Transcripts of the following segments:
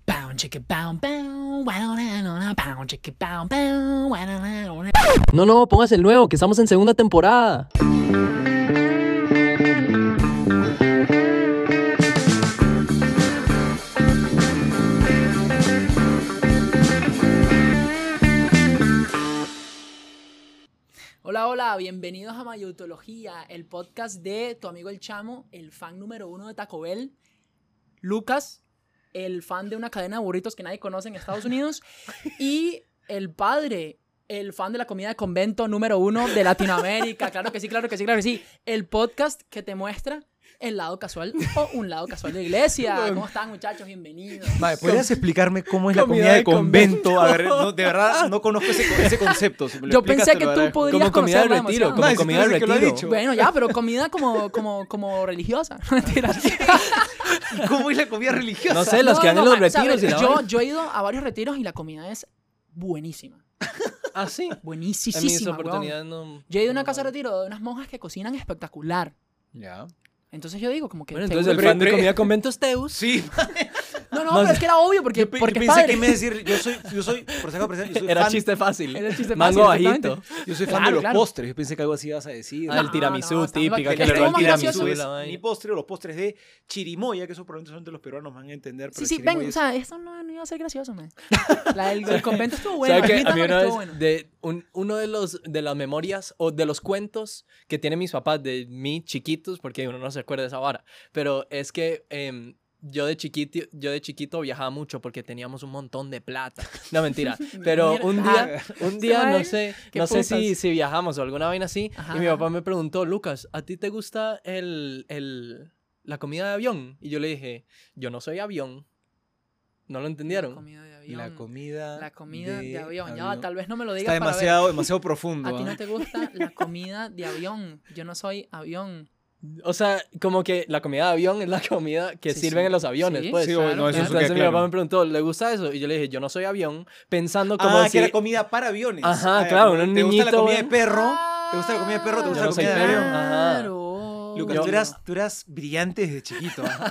Bow, chicka, bow, bow, wow, na, na, na, bow, chicka, bow, bow, wow, na, na, na. No, pongas el nuevo, que estamos en segunda temporada. Hola, bienvenidos a Mayutología, el podcast de tu amigo el Chamo, el fan número 1 de Taco Bell, Lucas, el fan de una cadena de burritos que nadie conoce en Estados Unidos, y el padre, el fan de la comida de convento número 1 de Latinoamérica. Claro que sí. El podcast que te muestra el lado casual o un lado casual de iglesia. ¿Cómo están, muchachos? Bienvenidos. Vale, ¿podrías explicarme cómo es la comida de convento? A ver, no, de verdad no conozco ese concepto. Si me lo Yo explicas, pensé te que lo tú agradezco. podrías Como comida de conocerla retiro, demasiado. como comida de que lo ha retiro. dicho. Bueno, ya, pero comida como religiosa. Mentira. ¿Y cómo es la comida religiosa? No sé, los que van en los o sea, retiros. y la yo, vaina. yo he ido a varios retiros y la comida es buenísima. Ah, sí. En mis Buenísima, oportunidades no. Yo he ido a una casa de retiro de unas monjas que cocinan espectacular. Ya. Entonces yo digo como que... Bueno, entonces el Pero- fan de pero- comida convento es Teus. Sí. No, pero es que era obvio porque, Yo porque es pensé padre. que me iba a decir, yo soy, por si acaso, yo soy Era fan, chiste fácil. Era chiste Mango fácil, bajito. yo soy fan Claro, de los claro. postres. Yo pensé que algo así ibas a decir. Ah, el No, tiramisú no, estamos típica, aquí. que le Estuvo roba el más tiramisú. gracioso. la vaina. Mi postre o los postres de chirimoya, que eso probablemente solamente los peruanos van a entender. Pero Sí, ven, chirimoya o es- sea, esto no iba a ser gracioso, man. El convento estuvo bueno. ¿Sabes qué? A admítame mí que una estuvo vez, bueno. de uno de las memorias o de los cuentos que tienen mis papás de mí chiquitos, porque uno no se acuerda de esa vara, pero es que yo de chiquito viajaba mucho porque teníamos un montón de plata. No, mentira. Pero un día no sé Qué si putas. viajamos o alguna vaina así, Ajá. y mi papá me preguntó, Lucas, ¿a ti te gusta la comida de avión? Y yo le dije, yo no soy avión. ¿No lo entendieron? La comida de avión. La comida de avión. Ya va, tal vez no me lo digas Está para ver. demasiado profundo. A ti ¿ah? no te gusta la comida de avión. Yo no soy avión. O sea, como que la comida de avión es la comida que Sí, sirven sí. en los aviones, Sí, pues. Sí, claro, no, eso claro. es un Entonces mi claro. papá me preguntó, ¿le gusta eso? Y yo le dije, yo no soy avión, pensando como Ah, si... que era comida para aviones. Ajá, Ah, claro, ¿te un gusta la niñito, comida de ¿ven? perro? ¿Te gusta la comida de perro? ¿Te gusta Yo la no soy comida de perro. avión? Ajá. Claro. Lucas, tú eras brillante desde chiquito. ¿ah?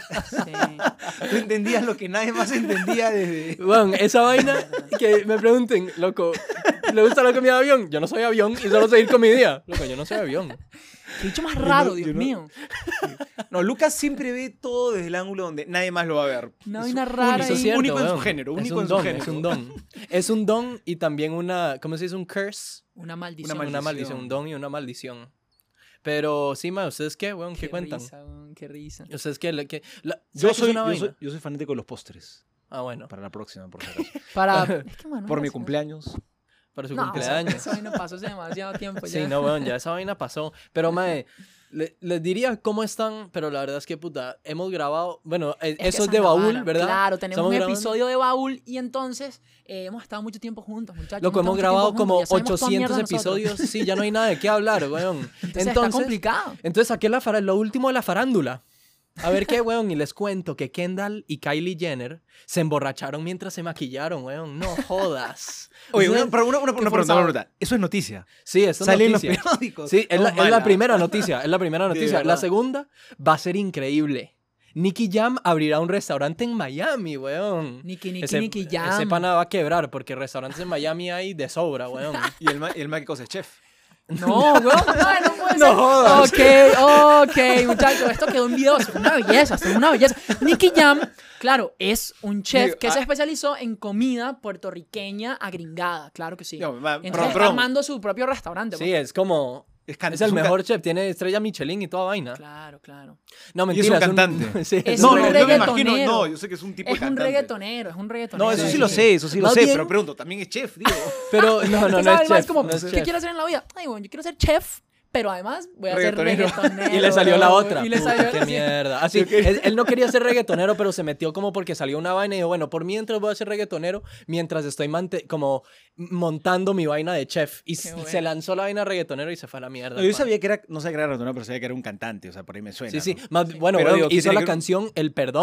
Sí. Tú entendías lo que nadie más entendía desde... Bueno, esa vaina que me pregunten, loco, ¿le gusta la comida de avión? Yo no soy avión y solo sé ir con mi día. Loco, yo no soy avión. Qué dicho más raro, yo Dios no- mío. No, Lucas siempre ve todo desde el ángulo donde nadie más lo va a ver. Una Es vaina rara único, ahí. Eso es cierto, único en su weón. género, Es único un en su don, género. es un don. Es un don y también una, ¿cómo se dice? Un curse. Una maldición. Una maldición, un don y una maldición. Pero sí, ma, ¿ustedes qué, weón? ¿Qué cuentan? Risa, weón, qué risa. ¿Ustedes qué? Yo ¿sabes qué es una vaina? yo soy fanático de los postres. Ah, bueno, Para la próxima, por si acaso. Para... Es que, mano, Por mi gracias. cumpleaños. para su No, cumpleaños. Eso ahí no pasó hace demasiado tiempo ya. Sí, no, weón, ya esa vaina pasó. Pero, mae, les diría cómo están, pero la verdad es que, puta, hemos grabado... Bueno, Es que eso es esa de la baúl, vara. ¿verdad? Claro, tenemos Estamos un grabando. episodio de baúl y entonces hemos estado mucho tiempo juntos, muchachos. Lo que hemos grabado como 800 episodios. episodios. Sí, ya no hay nada de qué hablar, weón. Entonces está complicado. Entonces saqué lo último de la farándula. A ver qué, weón, y les cuento que Kendall y Kylie Jenner se emborracharon mientras se maquillaron, weón. No jodas. Oye, O sea, una pregunta, forzado. una pregunta. Eso es noticia. Sí, esto es Sale en los noticia. periódicos. Sí, es No, la mala. primera noticia, es la primera De noticia. La verdad. segunda va a ser increíble. Nicky Jam abrirá un restaurante en Miami, weón. Nicky Ese Jam. pana va a quebrar porque restaurantes en Miami hay de sobra, weón. Y el ma que cosa es chef. No, weón, no puede No ser. jodas. Ok, muchachos, esto quedó en video, es una belleza. Nicky Jam, claro, es un chef Digo, que se especializó en comida puertorriqueña agringada, claro que sí. No, Entonces está perdón. armando su propio restaurante. Sí, pues. es como... Es el mejor chef, tiene estrella Michelin y toda vaina. Claro. No, Y es un mentira. cantante. Sí, Es No, un no, yo me reggaetonero. imagino. No, yo sé que es un tipo de Es un cantante. reggaetonero. No, eso sí lo sé, eso sí lo Más sé. bien- Pero pregunto, también es chef, digo. Pero no Tú es sabes, chef. es como, no es ¿qué chef. quiero hacer en la vida? Ay, bueno, yo quiero ser chef, pero además voy a ser Reggaetonero. reggaetonero. Y le salió la otra. Y le Puta, salió... qué mierda. Así, él no quería ser reggaetonero, pero se metió como porque salió una vaina y dijo, bueno, por mientras voy a ser reggaetonero mientras estoy como montando mi vaina de chef. Y Qué bueno. se lanzó la vaina reggaetonero y se fue a la mierda. No, yo pan. sabía que era, no sabía que era reggaetonero, pero sabía que era un cantante, o sea, por ahí me suena. Sí, sí. ¿no? Bueno, Pero weón, digo, ¿qué hizo tiene la que- canción El Perdón.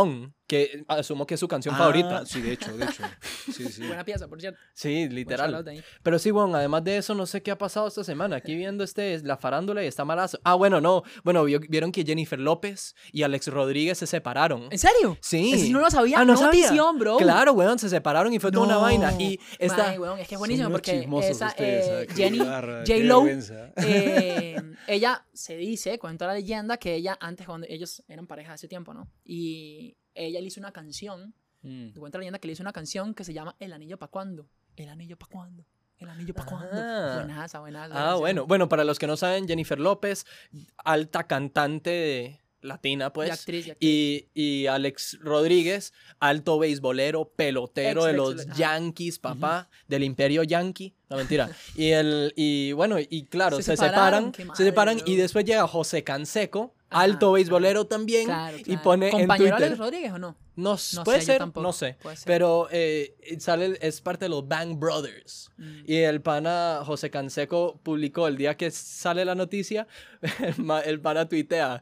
que asumo que es su canción favorita. Sí, de hecho. Sí, sí. Buena pieza, por cierto. Sí, Buen literal. shoutout ahí. Pero sí, bueno, además de eso, no sé qué ha pasado esta semana. Aquí viendo la farándula y está malazo. Ah, bueno, no. Bueno, vieron que Jennifer López y Alex Rodríguez se separaron. ¿En serio? Sí. Eso sí no lo sabía. Ah, no sabía. Notición, bro. Claro, weón, se separaron y fue toda una vaina. Y esta... Mae, weón, es que es buenísimo Son unos porque chismosos esa ustedes, ¿sabes? Qué Jenny, barra, qué J-Lo, vergüenza. ella se dice, cuenta la leyenda, que ella antes, cuando ellos eran pareja hace tiempo, ¿no? Y ella le hizo una canción, cuenta la leyenda que le hizo una canción que se llama El anillo pa' cuándo. El anillo pa' cuándo. El anillo pa' cuándo. Buenaza. Ah, bueno, para los que no saben, Jennifer López, alta cantante latina, pues. Y actriz. Y Alex Rodríguez, alto beisbolero, pelotero de los Yankees, papá, del imperio yankee. No, mentira. Y bueno, y claro, se separan. Se separan y después llega José Canseco, alto beisbolero también. Claro. Y pone en ¿Compañero Twitter... Alex Rodríguez o no? No, No puede sé, yo ser, tampoco. no sé. Puede ser. Pero es parte de los Bang Brothers. Y el pana José Canseco publicó el día que sale la noticia, el pana tuitea: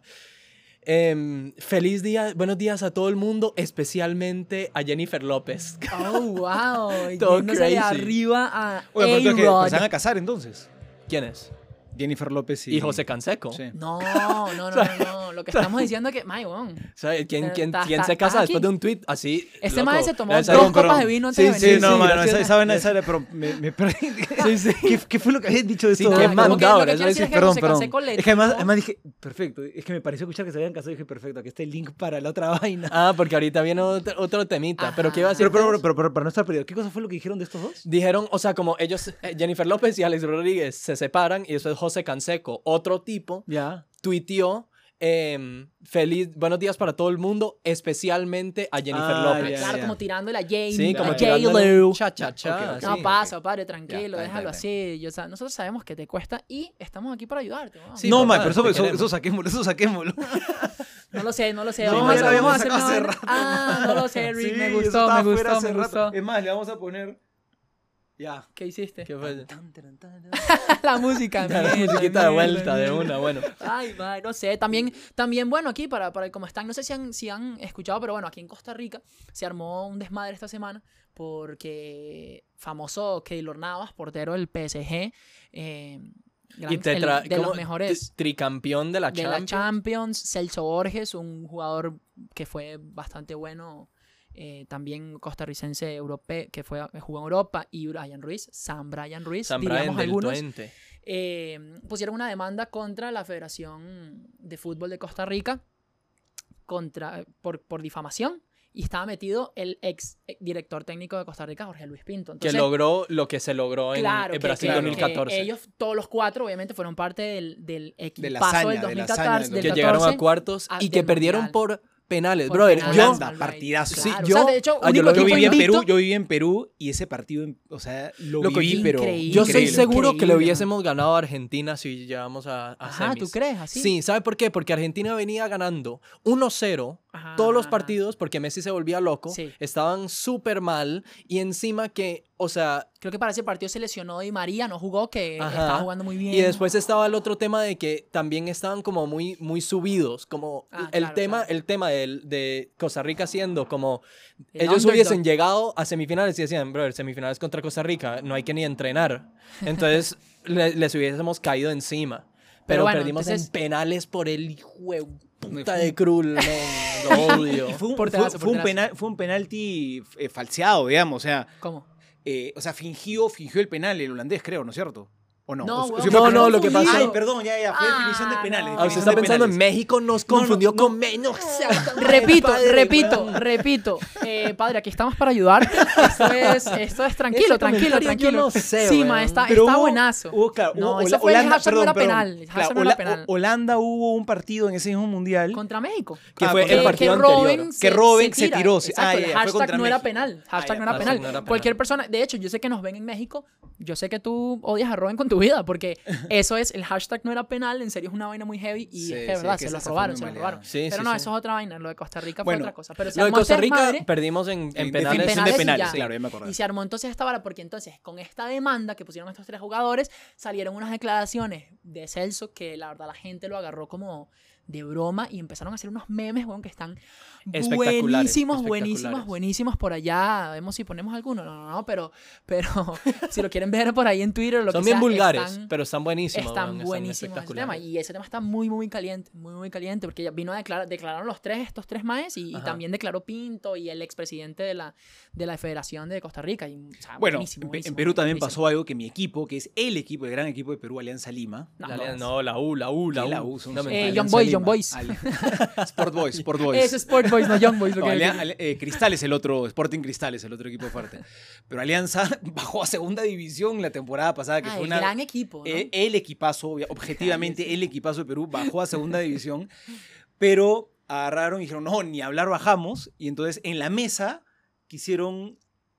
feliz día, buenos días a todo el mundo, especialmente a Jennifer López. Oh, wow. Todo Yéndose de crazy. arriba a Oye, pero que A-Rod. se van a casar entonces. ¿Quién es? Jennifer López Y José Canseco. Sí. No. Lo que estamos diciendo es que, my, weón. O sea, ¿quién Está- se casa estás después aquí. de un tweet así? Este loco? mae se tomó Debe ser- dos perdón. copas de vino antes de Sí, venir. no, mano, gracias. esa vaina, pero me perdí. ¿Qué fue lo que habías dicho de Sí, esto? qué Nada, man- como que mandado, lo que eso quiero decir es- es que Perdón. José Canseco le Es que además tiró- dije, perfecto. Es que me pareció escuchar que se habían casado y dije, perfecto, aquí está el link para la otra vaina. Ah, porque ahorita viene otro temita. Ajá. Pero ¿qué iba a decir? Pero para no estar perdido, ¿qué cosa fue lo que dijeron de estos dos? Dijeron, o sea, como ellos, Jennifer López y Alex Rodríguez se separan y después José Canseco, otro tipo, Ya. tuiteó buenos días para todo el mundo, especialmente a Jennifer Ah, López. ya, Claro, como tirándole a Jane, Sí, como a tirándole J-Lo. un cha-cha-cha. Ok, No sí, pasa, padre, tranquilo, Ya, déjalo está. así. Nosotros sabemos que te cuesta y estamos aquí para ayudarte. Vamos. Sí, no, papá, man, pero te eso queremos. saquémoslo. No lo sé. No, vamos ya a lo hacer habíamos una sacado hace vaina. rato, Ah, no lo sé, Rick, Sí, me eso gustó, estaba me fuera gustó, hace me rato. gustó. Es más, le vamos a poner... Ya. ¿Qué hiciste? ¿Qué fue? La música, La mierda, musiquita de mierda, vuelta de mierda. una, bueno. Ay, madre, no sé. También bueno, aquí para como están, no sé si han escuchado, pero bueno, aquí en Costa Rica se armó un desmadre esta semana porque famoso Keylor Navas, portero del PSG, Y te de ¿cómo? los mejores Tricampeón de la de Champions. la Champions, Celso Borges, un jugador que fue bastante bueno, también costarricense europeo, que jugó en Europa, y Sam Brian Ruiz, San diríamos Brian del algunos. Twente. Pusieron una demanda contra la Federación de Fútbol de Costa Rica por difamación, y estaba metido el ex director técnico de Costa Rica, Jorge Luis Pinto. Que Entonces, logró lo que se logró en claro, Brasil que 2014. ellos, todos los cuatro, obviamente, fueron parte del la equipazo hazaña, del de la 2014. hazaña del del que llegaron a 14, cuartos y que del perdieron Mundial. por penales. Por Brother, penales. yo... Holanda, Right. partidazo. Sí, Claro, yo- o sea, de hecho, yo único lo equipo vi en invicto. Yo viví en Perú y ese partido, o sea, lo Loco, viví, pero increíble. Yo estoy Increíble, seguro que le increíble, hubiésemos ganado a Argentina si llegamos a Ajá, ¿tú semis. crees? ¿Así? Sí, ¿sabe por qué? Porque Argentina venía ganando 1-0 Ajá, todos los ajá. partidos porque Messi se volvía loco, Sí. estaban súper mal y encima que, o sea, Creo que para ese partido se lesionó Di María, no jugó, que Ajá. estaba jugando muy bien. y después estaba el otro tema de que también estaban como muy subidos, como Claro, claro. el tema de Costa Rica siendo como El ellos underdog. hubiesen llegado a semifinales y decían, brother, semifinales contra Costa Rica, no hay que ni entrenar. Entonces les hubiésemos caído encima. Pero bueno, perdimos entonces- en penales por el hijo de puta de Krul, man, lo odio. Y fue Porterazo, un porterazo. fue un penalti falseado, digamos. ¿Cómo? O sea, fingió el penal el holandés, creo, ¿no es cierto? ¿O no? No, O weón, fue no, penal. no, lo que pasó- Ay, perdón, ya, fue definición de penales. Ah, usted definición está de pensando en penales. México, nos No, confundió no. con menos. Repito. Padre, aquí estamos para ayudar. Esto es tranquilo, Ese tranquilo. comentario yo no sé, Sí, weón. ma, está Pero buenazo. Claro, No, hubo eso fue el Holanda, hashtag no era perdón, penal. El claro, hashtag no era penal. Holanda hubo un partido en ese mismo mundial. Contra México. Que fue contra- el partido que Robben anterior. Que Robben se tira. tiró, sí. Exacto, Ya, el fue hashtag contra no era México. penal. Hashtag ya, no era hashtag penal. no era penal. Cualquier persona, de hecho, yo sé que nos ven en México, yo sé que tú odias a Robben con tu vida, porque eso es, el hashtag no era penal, en serio es una vaina muy heavy y Sí, es que, sí, verdad, que se lo esa fue robaron, muy se lo mala. robaron. Sí, Pero sí, no, sí. eso es otra vaina, lo de Costa Rica Bueno, fue otra cosa. Pero se Lo de armó Costa este Rica desmadre. perdimos en En penales. definición de penales y penales, ya. claro, ya me acordé. Y se armó entonces esta vara, porque entonces con esta demanda que pusieron estos tres jugadores, salieron unas declaraciones de Celso que la verdad la gente lo agarró como de broma y empezaron a hacer unos memes, weón, que están Espectaculares, buenísimos por allá. Vemos si ponemos alguno, no, pero si lo quieren ver por ahí en Twitter o lo Son que bien sea, vulgares, pero están buenísimos. están weón, buenísimos ese tema. Y ese tema está muy caliente, muy caliente, porque ya vino a declararon estos tres maes y también declaró Pinto y el expresidente de la Federación de Costa Rica. Y, o sea, Bueno, buenísimo, en Perú también pasó algo que mi equipo, que es el gran equipo de Perú, Alianza Lima. La U. Son Young Boys. Sport Boys. Es Sport Boys, no Young Boys. Cristal es el otro, Sporting Cristal es el otro equipo fuerte. Pero Alianza bajó a segunda división la temporada pasada, que fue un gran equipo, ¿no? El equipazo, objetivamente el equipazo de Perú bajó a segunda división, pero agarraron y dijeron, no, ni hablar bajamos, y entonces en la mesa quisieron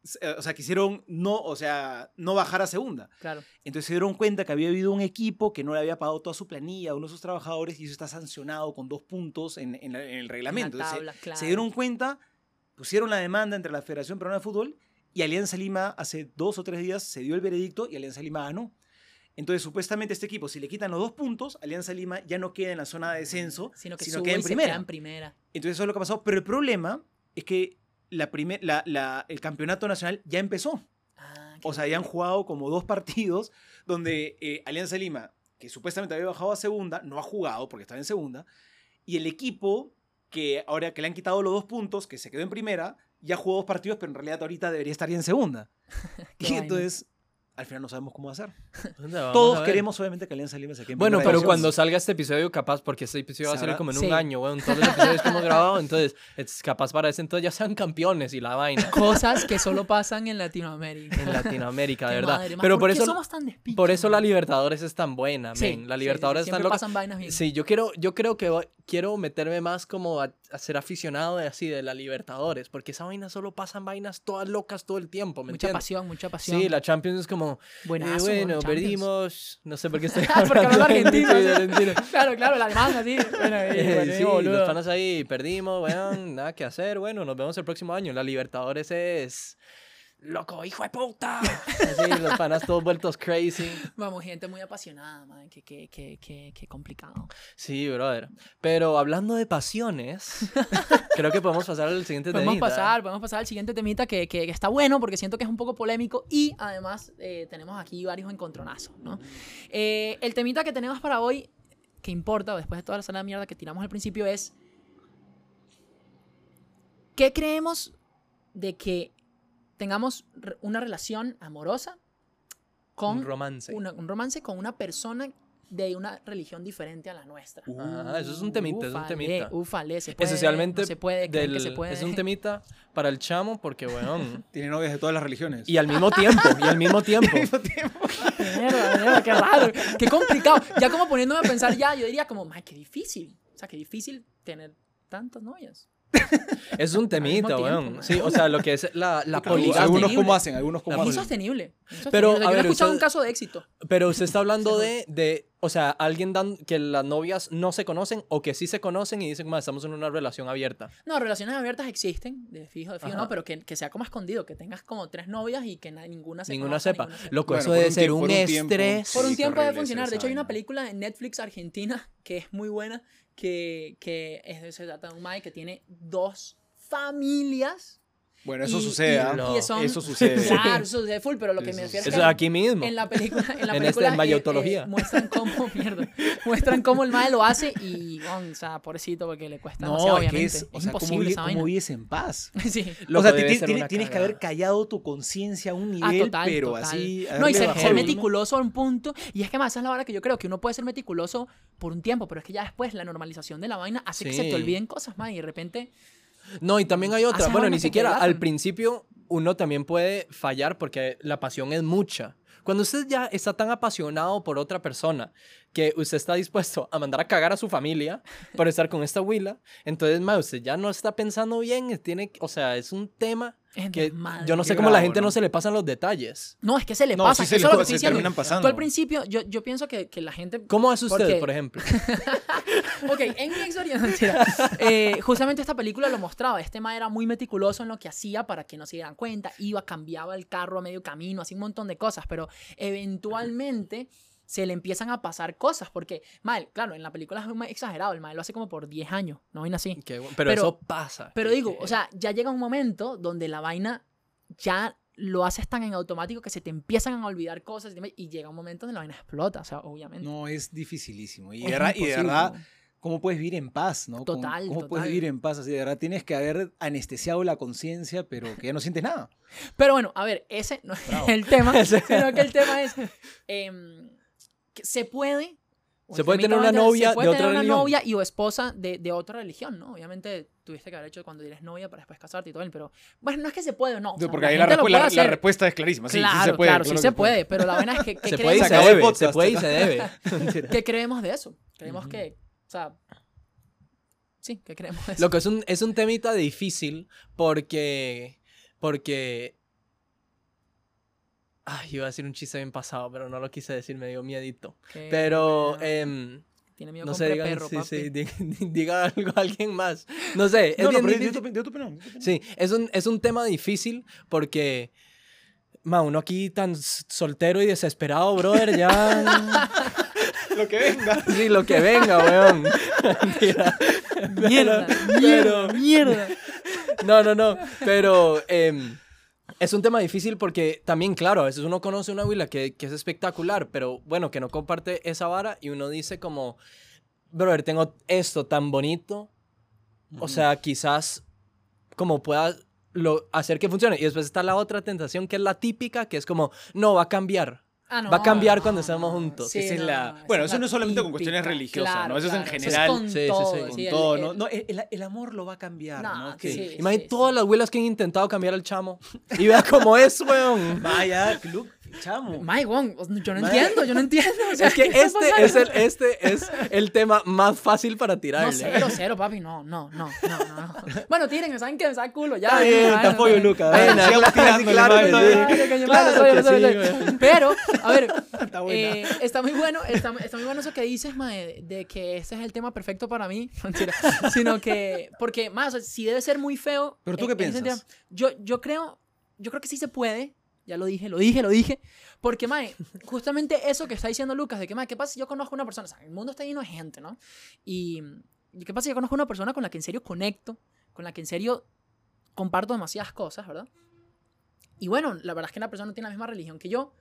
no bajar a segunda. Claro. Entonces se dieron cuenta que había habido un equipo que no le había pagado toda su planilla a uno de sus trabajadores y eso está sancionado con 2 puntos en el reglamento. Tabla, claro. Se dieron cuenta, pusieron la demanda entre la Federación Peruana de Fútbol y Alianza Lima hace 2 o 3 días se dio el veredicto y Alianza Lima ganó. Entonces, supuestamente este equipo, si le quitan los 2 puntos, Alianza Lima ya no queda en la zona de descenso, sino que queda en primera. Entonces eso es lo que pasó. Pero el problema es que el campeonato nacional ya empezó. O sea, ya han jugado como 2 partidos donde Alianza Lima, que supuestamente había bajado a segunda, no ha jugado porque estaba en segunda. Y el equipo, que ahora que le han quitado los 2 puntos, que se quedó en primera, ya jugó 2 partidos, pero en realidad ahorita debería estar ya en segunda. Y entonces, al final no sabemos cómo hacer. Todos queremos, obviamente, que Alianza Lima se quede en Bueno, primera pero división. cuando salga este episodio, capaz, porque este episodio va a salir como en un Sí. año, weón, todos los episodios que hemos grabado, entonces, es capaz para ese entonces ya sean campeones y la vaina. Cosas que solo pasan en Latinoamérica. En Latinoamérica, de Qué verdad. madre, Pero ¿por por qué eso, somos tan despiches, por eso man? la Libertadores es tan buena, Sí, men. La Libertadores es tan siempre loca. pasan vainas bien. Sí, yo creo que quiero meterme más como a ser aficionado de la Libertadores, porque esa vaina solo pasan vainas todas locas todo el tiempo, ¿me Mucha entiendes? pasión, mucha pasión. Sí, la Champions es como, Buenazo, bueno, Champions. perdimos, no sé por qué estoy Porque hablando no de argentino. sí, de Argentina. Claro, la alemán así. Bueno, Sí, boludo. los panas ahí perdimos, weón, nada que hacer, bueno, nos vemos el próximo año. La Libertadores es... ¡Loco, hijo de puta! Así, los panas todos vueltos crazy. Vamos, gente muy apasionada, man. Qué complicado. Sí, brother. Pero hablando de pasiones, creo que podemos pasar al siguiente Podemos temita. pasar al siguiente temita que está bueno porque siento que es un poco polémico y además tenemos aquí varios encontronazos, ¿no? El temita que tenemos para hoy, que importa después de toda la sala de mierda que tiramos al principio, es ¿qué creemos de que tengamos una relación amorosa con Un romance. un romance con una persona de una religión diferente a la nuestra? Eso es un temita, es un temita. Ufale, se puede, Esencialmente, no se puede, creen que se puede. es un temita para el chamo porque, weón... Tiene novias de todas las religiones. Y al mismo tiempo. Mierda, qué raro, qué complicado. Ya como poniéndome a pensar ya, yo diría como, qué difícil. O sea, qué difícil tener tantas novias. Es un temita, tiempo, weón. man. Sí, o sea, lo que es la poligamia. Algunos Sostenible. cómo hacen, algunos cómo hacen. Insostenible. Pero, Yo no a he ver, escuchado usted- un caso de éxito. Pero usted está hablando o sea, alguien que las novias no se conocen o que sí se conocen y dicen, "Ma, estamos en una relación abierta". No, relaciones abiertas existen, de fijo, Ajá. no, pero que sea como escondido, que tengas como 3 novias y que ninguna se Ninguna conozca, sepa. Loco, Bueno, eso por debe un ser tiempo- un por un tiempo. estrés. Por un Sí, tiempo qué debe horrible funcionar. esa De hecho, hay una vaina. película en Netflix argentina que es muy buena, que se trata de un mae que tiene 2 familias. Bueno, eso Y- sucede, y- ¿ah? y son- Eso sucede. Claro, eso sucede full, pero lo que me refiero es Eso que es aquí mismo. en la película, En mayotología. muestran cómo, muestran cómo el mae lo hace y, o sea, pobrecito, porque le cuesta demasiado, No, es obviamente. que Es, o sea, imposible esa ¿cómo vaina. vives en paz? Sí. Loco, o sea, debe ser una tienes que cagada. haber callado tu conciencia a un nivel, Total, pero total. así... No, y haberle ser bajado el- meticuloso a un punto. Y es que más, esa es la hora que yo creo que uno puede ser meticuloso por un tiempo, pero es que ya después la normalización de la vaina hace que se Sí. te olviden cosas más y de repente. No, y también hay otra. Haces Bueno, vainas ni que te siquiera. delatan. Al principio uno también puede fallar porque la pasión es mucha. Cuando usted ya está tan apasionado por otra persona que usted está dispuesto a mandar a cagar a su familia por estar con esta huila, entonces, ma, usted ya no está pensando bien, o sea, es un tema Es que desmadre. yo no sé Qué cómo la bravo, gente ¿no? no se le pasan los detalles. No, es que se le No, pasa. sí se eso les es lo que pasa, estoy se diciendo. terminan pasando. Tú al principio, yo pienso que la gente. ¿Cómo hace usted, Porque- por ejemplo? Ok, en mi experiencia, mentira. Justamente esta película lo mostraba. Este ma era muy meticuloso en lo que hacía para que no se dieran cuenta. Cambiaba el carro a medio camino, hacía un montón de cosas. Pero eventualmente se le empiezan a pasar cosas, porque, mal, claro, en la película es muy exagerado, el mal lo hace como por 10 años, no vaina así. Pero eso pasa. Pero digo, o sea, ya llega un momento donde la vaina ya lo haces tan en automático que se te empiezan a olvidar cosas y llega un momento donde la vaina explota, o sea, obviamente. No, es dificilísimo. Y Es de verdad, imposible. ¿cómo puedes vivir en paz, no? Total, ¿Cómo total. puedes vivir en paz? Así, de verdad, tienes que haber anestesiado la conciencia, pero que ya no sientes nada. Pero bueno, a ver, ese no es Bravo. el tema, sino que el tema es, que se puede... Se puede tener una novia se puede de otra tener una religión. novia y o esposa de otra religión, ¿no? Obviamente tuviste que haber hecho cuando eres novia para después casarte y todo, pero bueno, no es que se puede o no. O sea, Porque ahí la, gente lo puede la hacer. respuesta es clarísima. Sí, Claro, sí se puede. claro, sí claro se que puede, pero la vaina es que Se puede y creemos, se acabó el debe. podcast. Se puede y se debe. Mentira. ¿qué creemos de eso? Creemos Ujú. que, o sea, sí, ¿qué creemos de eso? Lo que es un temita difícil porque... Ay, iba a decir un chiste bien pasado, pero no lo quise decir, me dio miedito. Que- Pero... tiene miedo no con sé, digan, perro, sí, papi. sí, diga algo a alguien más. No sé, es No, bien pero difícil. de tu opinión. de tu opinión. Sí, es un tema difícil porque, uno aquí tan soltero y desesperado, brother, ya... Lo que venga. Sí, lo que venga, weón. Mentira. Mierda, mierda. No, pero es un tema difícil porque también, claro, a veces uno conoce una huila que es espectacular, pero bueno, que no comparte esa vara y uno dice como, brother, tengo esto tan bonito, o sea, quizás como pueda hacer que funcione. Y después está la otra tentación que es la típica, que es como, no, va a cambiar. Ah, no, Va a cambiar no, cuando no, estemos no, juntos. sí, Esa es no, la... esa Bueno, es eso la no es solamente con cuestiones típica. religiosas, Claro, ¿no? Eso es en claro, general. Eso es con Sí, sí, todo, sí. Con sí, todo, ¿no? No, el amor lo va a cambiar, No, ¿no? que Que- sí. Imagínate todas las huilas que han intentado cambiar al chamo. Y vea cómo es, weón. Vaya, look, chamo. My one, yo no Ma- entiendo. O sea, Es que ¿qué está pasando? este es el tema más fácil para tirarle. No, cero, papi, no. Bueno, tírenme, ¿saben qué? Me saca culo, ya. Está bien, ya, te apoyo, ya. Lucas. Bueno, Sigamos claro, tirándole, claro que madre. sí. Ay, coño, Claro madre, que soy, sí, soy. Pero, a ver, Está buena. está muy bueno eso que dices, mae, de que ese es el tema perfecto para mí. Mentira. Sino que, porque, más, o sea, si debe ser muy feo. ¿Pero tú qué en ese piensas? sentido, yo creo que sí se puede. Ya lo dije. Porque, mae, justamente eso que está diciendo Lucas, de que, mae, ¿qué pasa si yo conozco a una persona? O sea, el mundo está lleno de gente, ¿no? Y ¿qué pasa si yo conozco a una persona con la que en serio conecto, con la que en serio comparto demasiadas cosas, ¿verdad? Y bueno, la verdad es que la persona no tiene la misma religión que yo.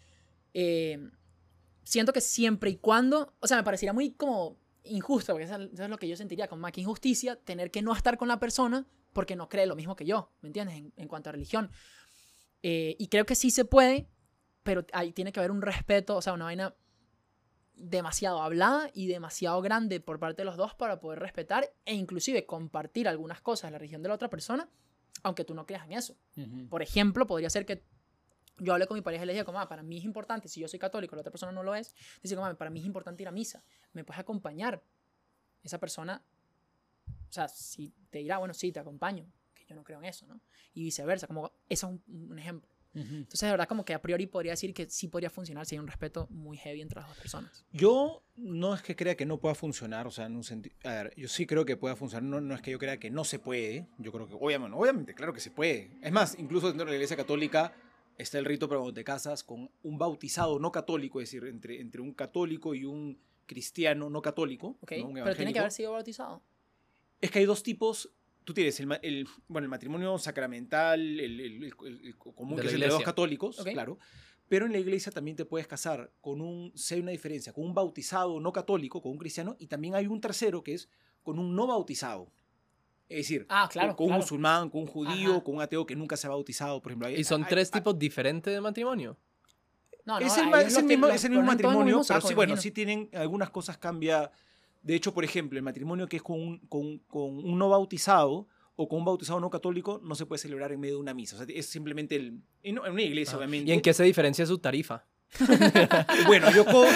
Siento que siempre y cuando, o sea, me parecería muy como injusto, porque eso es lo que yo sentiría, como más que injusticia, tener que no estar con la persona porque no cree lo mismo que yo, ¿me entiendes? En cuanto a religión. Y creo que sí se puede, pero ahí tiene que haber un respeto, o sea, una vaina demasiado hablada y demasiado grande por parte de los dos para poder respetar e inclusive compartir algunas cosas de la religión de la otra persona, aunque tú no creas en eso. Ujú. Por ejemplo, podría ser que yo hablé con mi pareja y le dije como, para mí es importante, si yo soy católico y la otra persona no lo es, dice como, para mí es importante ir a misa, me puedes acompañar. Esa persona, o sea, si te dirá, bueno, sí, te acompaño, que yo no creo en eso, ¿no? Y viceversa, como, eso es un ejemplo. Ujú. Entonces, de verdad, como que a priori podría decir que sí podría funcionar si hay un respeto muy heavy entre las dos personas. Yo no es que crea que no pueda funcionar, o sea, en un sentido... A ver, yo sí creo que pueda funcionar, no es que yo crea que no se puede, yo creo que obviamente, claro que se puede. Es más, incluso dentro de la iglesia católica está el rito para cuando te casas con un bautizado no católico, es decir, entre un católico y un cristiano no católico, ¿Ok? ¿no? Un Pero tiene que evangélico. haber sido bautizado. Es que hay dos tipos. Tú tienes el matrimonio sacramental, el común, De que la es entre dos iglesia. católicos, Ok. claro. Pero en la iglesia también te puedes casar si hay una diferencia, con un bautizado no católico, con un cristiano, y también hay un tercero que es con un no bautizado. Es decir, Claro, con un claro. musulmán, con un judío, Ajá. con un ateo que nunca se ha bautizado, por ejemplo. Y son tres tipos diferentes de matrimonio. No, Es ahí el los mismo ponen todos en el matrimonio, mismo pero saco, sí, me bueno, imagino. sí tienen algunas cosas cambia. De hecho, por ejemplo, el matrimonio que es con un no bautizado o con un bautizado no católico no se puede celebrar en medio de una misa. O sea, es simplemente en una iglesia, obviamente. ¿Y en qué se diferencia su tarifa? Bueno,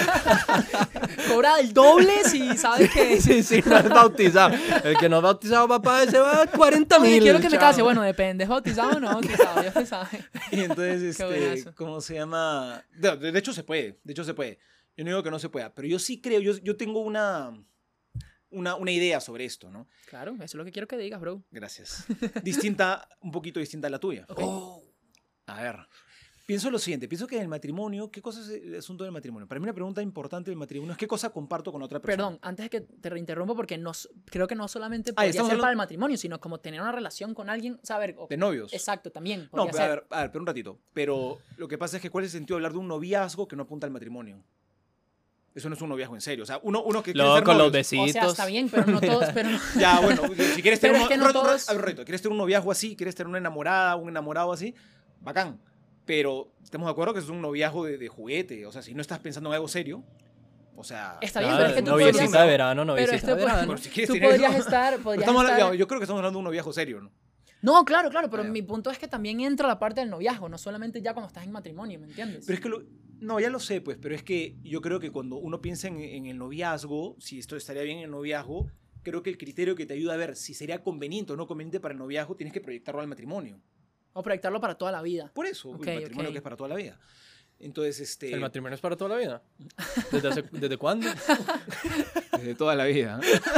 Cobra el doble si sabes que... Sí, no es bautizado. El que no es bautizado, papá, ese va a 40 Oye, mil. quiero que me case. Bueno, depende, ¿es bautizado o no bautizado? Ya se sabe. y entonces, Qué buenazo. ¿cómo se llama? De hecho se puede, Yo no digo que no se pueda, pero yo sí creo, yo tengo una idea sobre esto, ¿no? Claro, eso es lo que quiero que digas, bro. Gracias. Un poquito distinta a la tuya. Ok. A ver, Pienso lo siguiente, pienso que en el matrimonio, ¿qué cosa es el asunto del matrimonio? Para mí una pregunta importante del matrimonio es qué cosa comparto con otra persona. Perdón, antes de que te reinterrumpo, porque creo que no solamente Ah, podría estamos ser hablando- para el matrimonio, sino como tener una relación con alguien, saber. De novios. Exacto, también. No, podría pero ser. a ver, pero un ratito. Pero lo que pasa es que ¿cuál es el sentido de hablar de un noviazgo que no apunta al matrimonio? Eso no es un noviazgo en serio. O sea, uno que quiere Luego ser con los novios. besitos. O sea, está bien, pero no todos. Pero no- Ya, bueno, si quieres tener Pero es que no todos- a ver, Reto, quieres tener un noviazgo así, quieres tener una enamorada, un enamorado así, bacán. Pero estamos de acuerdo que es un noviazgo de juguete. O sea, si no estás pensando en algo serio, o sea... Está bien, pero es que tú noviecita podrías. de verano, Pero noviecita esto, de verano. Bueno, si quieres tú tener podrías eso- estar. Pero Podrías estamos hablando- estar- digamos, yo creo que estamos hablando de un noviazgo serio, ¿no? No, claro, pero Ya. mi punto es que también entra la parte del noviazgo, no solamente ya cuando estás en matrimonio, ¿me entiendes? Pero es que no, ya lo sé, pues, pero es que yo creo que cuando uno piensa en el noviazgo, si esto estaría bien en el noviazgo, creo que el criterio que te ayuda a ver si sería conveniente o no conveniente para el noviazgo, tienes que proyectarlo al matrimonio. O proyectarlo para toda la vida. Por eso, Ok, el matrimonio ok. que es para toda la vida. Entonces, ¿El matrimonio es para toda la vida? ¿Desde cuándo? desde toda la vida.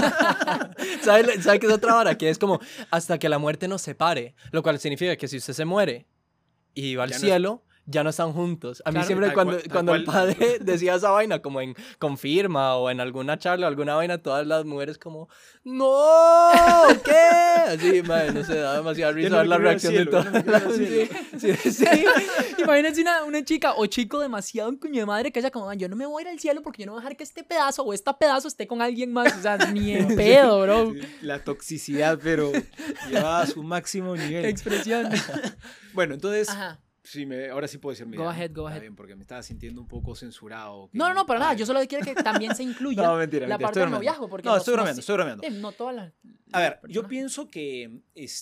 ¿Sabe qué es otra vara? Que es como hasta que la muerte nos separe. Lo cual significa que si usted se muere y va al Ya no cielo, ya no están juntos. A mí Claro. siempre Tal cuando, cual, tal cuando el cual. padre decía esa vaina, como en Confirma o en alguna charla o alguna vaina, todas las mujeres como, ¡no! ¿Qué? Así, madre, no sé, da demasiada Ya risa no ver me la quiero ir al reacción de cielo, ya no me quiero ir al todas. cielo. Sí, sí. Imagínense una chica o chico demasiado un coño de madre que haya como, "Ah, yo no me voy a ir al cielo porque yo no voy a dejar que este pedazo o esta pedazo esté con alguien más". O sea, ni en pedo, bro. Sí, la toxicidad, pero llevada a su máximo nivel. Expresión. Bueno, entonces, Ajá. sí, ahora sí puedo decir mi Go idea, ahead, ¿no? go Está ahead. bien, porque me estaba sintiendo un poco censurado. que No, para nada. Ay. Yo solo quiero que también se incluya No, mentira, la mentira, parte estoy del bromeando. noviazgo. Porque No, estoy bromeando. No todas las... A ver, yo personas- pienso que,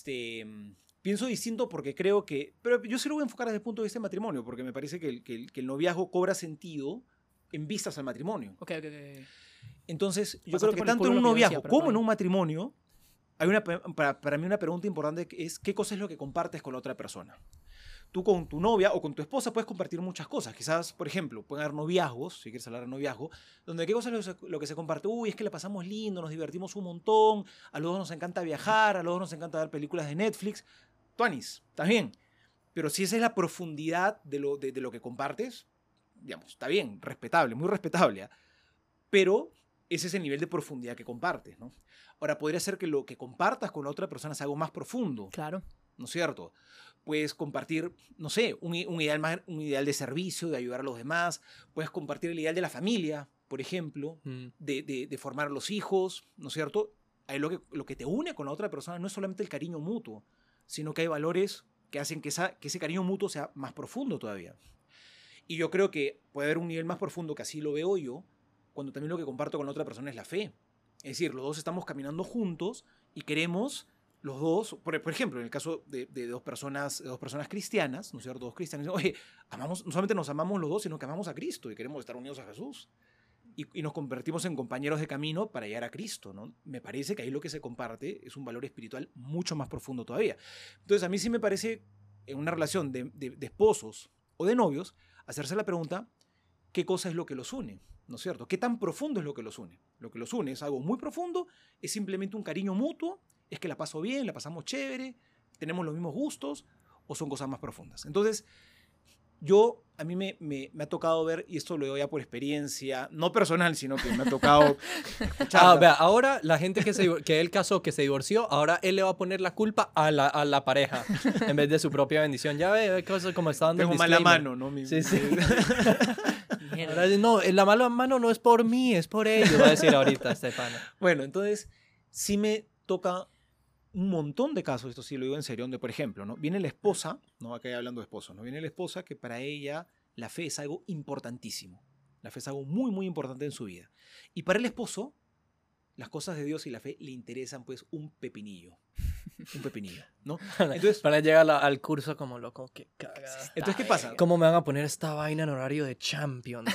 pienso distinto porque creo que, pero yo sí lo voy a enfocar desde el punto de vista del matrimonio, porque me parece que el noviazgo cobra sentido en vistas al matrimonio. Ok. Entonces, yo Pasaste creo que por el tanto culo en un lo que yo noviazgo decía, pero como está en bien. un matrimonio, hay para mí una pregunta importante que es ¿qué cosa es lo que compartes con la otra persona? Tú con tu novia o con tu esposa puedes compartir muchas cosas. Quizás, por ejemplo, pueden haber noviazgos, si quieres hablar de noviazgo, donde qué cosa es lo que se comparte. Uy, es que la pasamos lindo, nos divertimos un montón, a los dos nos encanta viajar, a los dos nos encanta ver películas de Netflix. Tuanis, está bien. Pero si esa es la profundidad de lo que compartes, digamos, está bien, respetable, muy respetable. ¿Ah? Pero ese es el nivel de profundidad que compartes, ¿no? Ahora, podría ser que lo que compartas con la otra persona sea algo más profundo, Claro. ¿no es cierto? Puedes compartir, no sé, un ideal de servicio, de ayudar a los demás. Puedes compartir el ideal de la familia, por ejemplo, Mm. de formar a los hijos, ¿no es cierto? Ahí lo que te une con la otra persona no es solamente el cariño mutuo, sino que hay valores que hacen que ese cariño mutuo sea más profundo todavía. Y yo creo que puede haber un nivel más profundo, que así lo veo yo, cuando también lo que comparto con la otra persona es la fe. Es decir, los dos estamos caminando juntos y queremos los dos, por ejemplo, en el caso de dos personas cristianas, ¿no es cierto? Dos cristianos, oye, no solamente nos amamos los dos, sino que amamos a Cristo y queremos estar unidos a Jesús. Y nos convertimos en compañeros de camino para llegar a Cristo, ¿no? Me parece que ahí lo que se comparte es un valor espiritual mucho más profundo todavía. Entonces, a mí sí me parece, en una relación de esposos o de novios, hacerse la pregunta, ¿qué cosa es lo que los une? ¿No es cierto? ¿Qué tan profundo es lo que los une? Lo que los une es algo muy profundo, es simplemente un cariño mutuo, es que la paso bien, la pasamos chévere, tenemos los mismos gustos, o son cosas más profundas. Entonces, a mí me ha tocado ver, y esto lo digo ya por experiencia, no personal, sino que me ha tocado escuchar. Vea, ahora la gente que él casó, que se divorció, ahora él le va a poner la culpa a la pareja en vez de su propia bendición. Ya ve cosas como está dando el Tengo mala disclaimer. mano, ¿no? Sí, sí. Ahora dice, no, la mala mano no es por mí, es por ellos, va a decir ahorita Estefano. Bueno, entonces, sí me toca un montón de casos, esto sí lo digo en serio, donde, por ejemplo, ¿no? Viene la esposa, ¿no? Acá hablando de esposos, ¿no? Viene la esposa que para ella la fe es algo importantísimo. La fe es algo muy, muy importante en su vida. Y para el esposo, las cosas de Dios y la fe le interesan, pues, un pepinillo. Un pepinillo, ¿no? Entonces, Para llegar al curso como loco, qué cagada. entonces, ¿qué pasa? ¿Cómo me van a poner esta vaina en horario de Champions?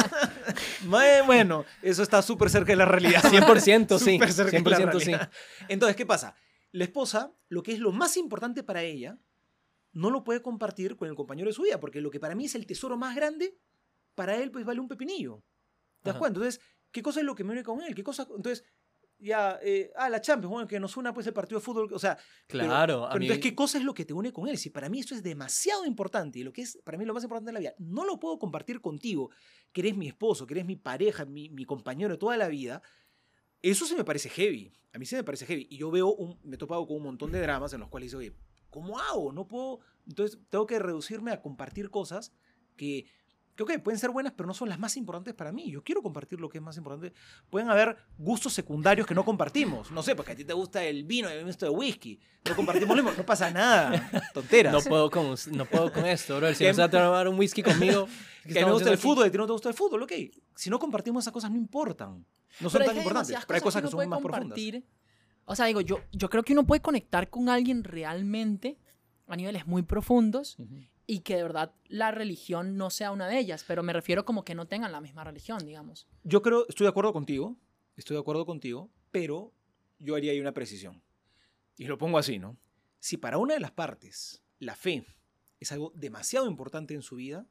Bueno, eso está súper cerca de la realidad. 100% sí. Súper cerca de la 100% sí. realidad. Entonces, ¿qué pasa? La esposa, lo que es lo más importante para ella, no lo puede compartir con el compañero de su vida, porque lo que para mí es el tesoro más grande, para él pues vale un pepinillo. ¿Te das Ajá. cuenta? Entonces, ¿qué cosa es lo que me une con él? ¿Qué cosa? Entonces, ya, la Champions, bueno, que nos una pues el partido de fútbol, o sea, Claro, pero entonces, ¿qué cosa es lo que te une con él? Si para mí esto es demasiado importante y lo que es para mí lo más importante de la vida, no lo puedo compartir contigo, que eres mi esposo, que eres mi pareja, mi compañero de toda la vida, eso se me parece heavy. A mí se me parece heavy. Y yo me he topado con un montón de dramas en los cuales digo, oye, ¿cómo hago? No puedo. Entonces tengo que reducirme a compartir cosas que ok, pueden ser buenas, pero no son las más importantes para mí. Yo quiero compartir lo que es más importante. Pueden haber gustos secundarios que no compartimos. No sé, porque a ti te gusta el vino y a mí me gusta el whisky. No compartimos lo mismo. No pasa nada. Tonteras. No puedo con esto, bro. Si no se va a tomar un whisky conmigo... Que a mí me gusta el fútbol y a ti no te gusta el fútbol, ok. Si no compartimos esas cosas no importan. No son tan importantes. Pero hay cosas que son más profundas. O sea, digo, yo creo que uno puede conectar con alguien realmente a niveles muy profundos y que de verdad la religión no sea una de ellas, pero me refiero como que no tengan la misma religión, digamos. Yo creo, estoy de acuerdo contigo, pero yo haría ahí una precisión. Y lo pongo así, ¿no? Si para una de las partes la fe es algo demasiado importante en su vida,